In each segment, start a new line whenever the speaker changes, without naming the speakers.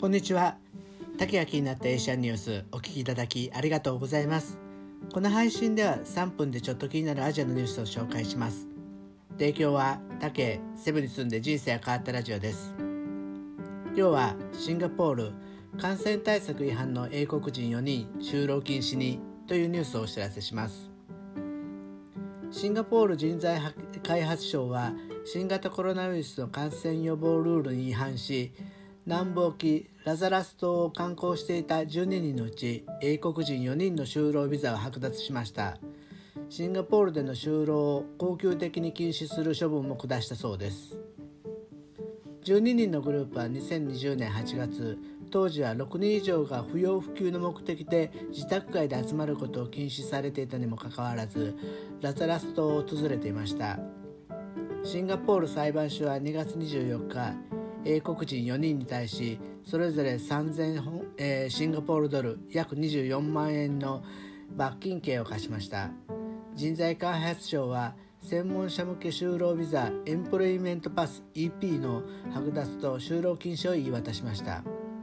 こんにちは。竹が気になったエーシャンニュースお聞きいただきありがとうございます。この配信では3分でちょっと気になるアジアのニュースを紹介します。提供は竹セブに住んで人生が変わったラジオです。今日はシンガポール感染対策違反の英国人4人就労禁止にというニュースをお知らせします。シンガポール人材開発省は新型コロナウイルスの感染予防ルールに違反し、南部沖ラザラス島を観光していた12人のうち英国人4人の就労ビザを剥奪しました。シンガポールでの就労を恒久的に禁止する処分も下したそうです。12人のグループは2020年8月、当時は6人以上が不要不急の目的で自宅外で集まることを禁止されていたにもかかわらず、ラザラス島を訪れていました。シンガポール裁判所は2月24日、英国人4人に対しそれぞれ3000シンガポールドル約24万円の罰金刑を課しました。人材開発省は専門者向け就労ビザエンプロイメントパス EP の剥奪と就労禁止を言い渡しました。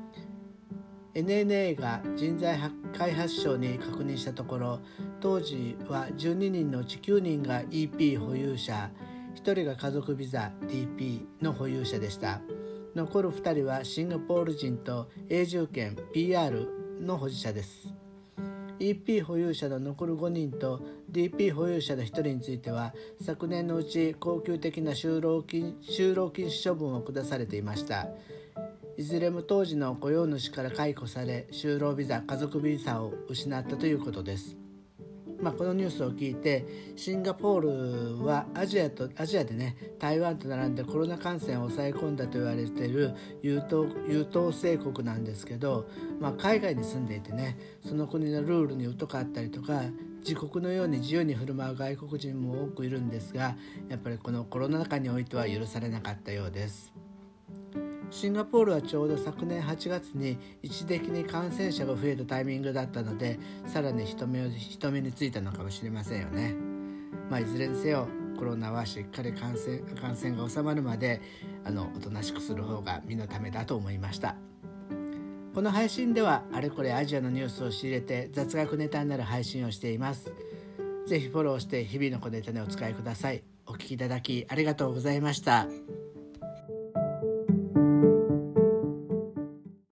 NNA が人材開発省に確認したところ、当時は12人のうち9人が EP 保有者、1人が家族ビザ DP の保有者でした。残る2人はシンガポール人と永住権 PR の保持者です。 EP 保有者の残る5人と DP 保有者の1人については昨年のうち恒久的な就労禁止処分を下されていました。いずれも当時の雇用主から解雇され、就労ビザ家族ビザを失ったということです。このニュースを聞いて、シンガポールはアジアでね、台湾と並んでコロナ感染を抑え込んだと言われている優等生国なんですけど、海外に住んでいてね、その国のルールに疎かったりとか、自国のように自由に振る舞う外国人も多くいるんですが、やっぱりこのコロナ禍においては許されなかったようです。シンガポールはちょうど昨年8月に一時的に感染者が増えたタイミングだったので、さらに人目についたのかもしれませんよね。いずれにせよコロナはしっかり感染が収まるまでおとなしくする方が身のためだと思いました。この配信ではあれこれアジアのニュースを仕入れて雑学ネタになる配信をしています。ぜひフォローして日々の小ネタにお使いください。お聞きいただきありがとうございました。